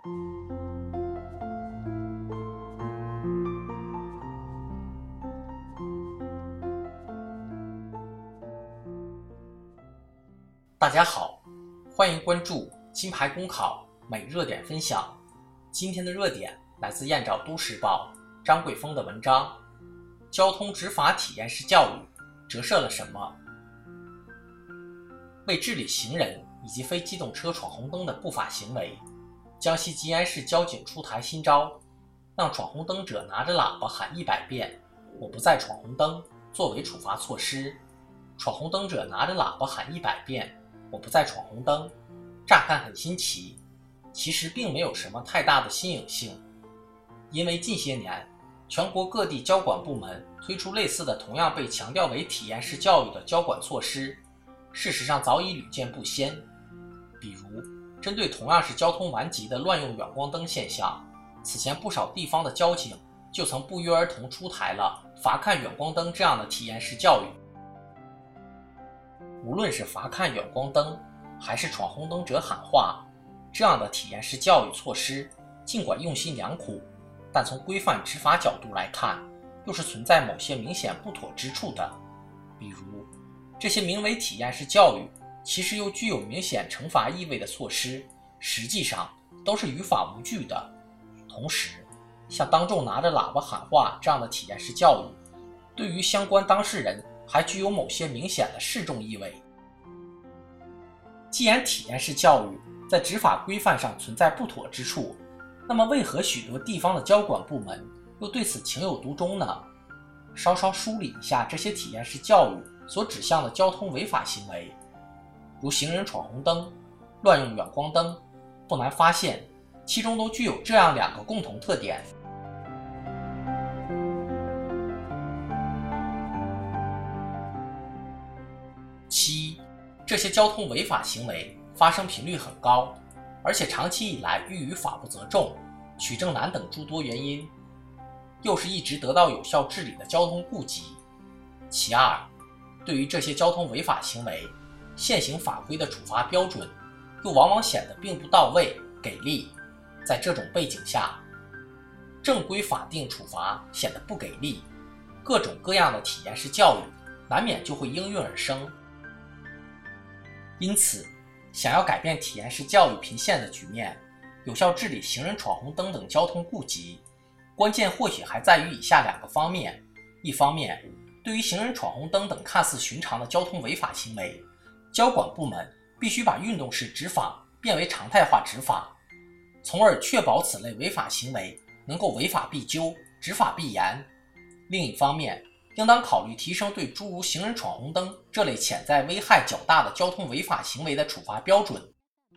大家好，欢迎关注金牌公考每热点分享。今天的热点来自燕赵都市报张桂峰的文章，交通执法体验式教育折射了什么？为治理行人以及非机动车闯红灯的不法行为，江西吉安市交警出台新招，让闯红灯者拿着喇叭喊100遍“我不再闯红灯”作为处罚措施。闯红灯者拿着喇叭喊100遍“我不再闯红灯”，乍看很新奇，其实并没有什么太大的新颖性。因为近些年，全国各地交管部门推出类似的同样被强调为体验式教育的交管措施，事实上早已屡见不鲜。比如，针对同样是交通顽疾的乱用远光灯现象，此前不少地方的交警就曾不约而同出台了罚看远光灯这样的体验式教育。无论是罚看远光灯，还是闯红灯者喊话，这样的体验式教育措施，尽管用心良苦，但从规范执法角度来看，又是存在某些明显不妥之处的。比如，这些名为体验式教育，其实又具有明显惩罚意味的措施，实际上都是于法无据的。同时，像当众拿着喇叭喊话这样的体验式教育，对于相关当事人还具有某些明显的示众意味。既然体验式教育在执法规范上存在不妥之处，那么为何许多地方的交管部门又对此情有独钟呢？稍稍梳理一下这些体验式教育所指向的交通违法行为，如行人闯红灯、乱用远光灯，不难发现其中都具有这样2个共同特点。其一，这些交通违法行为发生频率很高，而且长期以来遇于法不责众、取证难等诸多原因，又是一直得到有效治理的交通痼疾。其二，对于这些交通违法行为，现行法规的处罚标准又往往显得并不到位、给力。在这种背景下，正规法定处罚显得不给力，各种各样的体验式教育难免就会应运而生。因此，想要改变体验式教育频现的局面，有效治理行人闯红灯等交通痼疾，关键或许还在于以下2个方面。一方面，对于行人闯红灯等看似寻常的交通违法行为，交管部门必须把运动式执法变为常态化执法，从而确保此类违法行为能够违法必究、执法必严。另一方面，应当考虑提升对诸如行人闯红灯这类潜在危害较大的交通违法行为的处罚标准。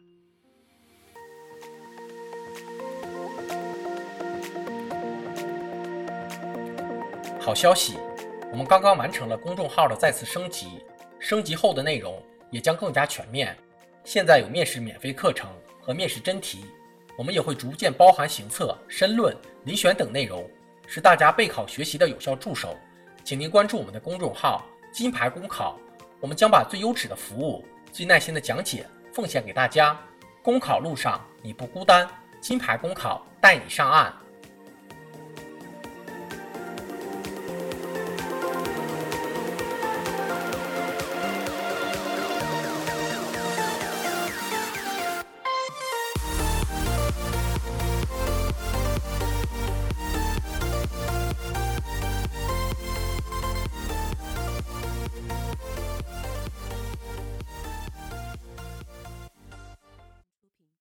好消息，我们刚刚完成了公众号的再次升级，升级后的内容也将更加全面。现在有面试免费课程和面试真题，我们也会逐渐包含行测、申论、遴选等内容，是大家备考学习的有效助手。请您关注我们的公众号金牌公考，我们将把最优质的服务、最耐心的讲解奉献给大家。公考路上你不孤单，金牌公考带你上岸。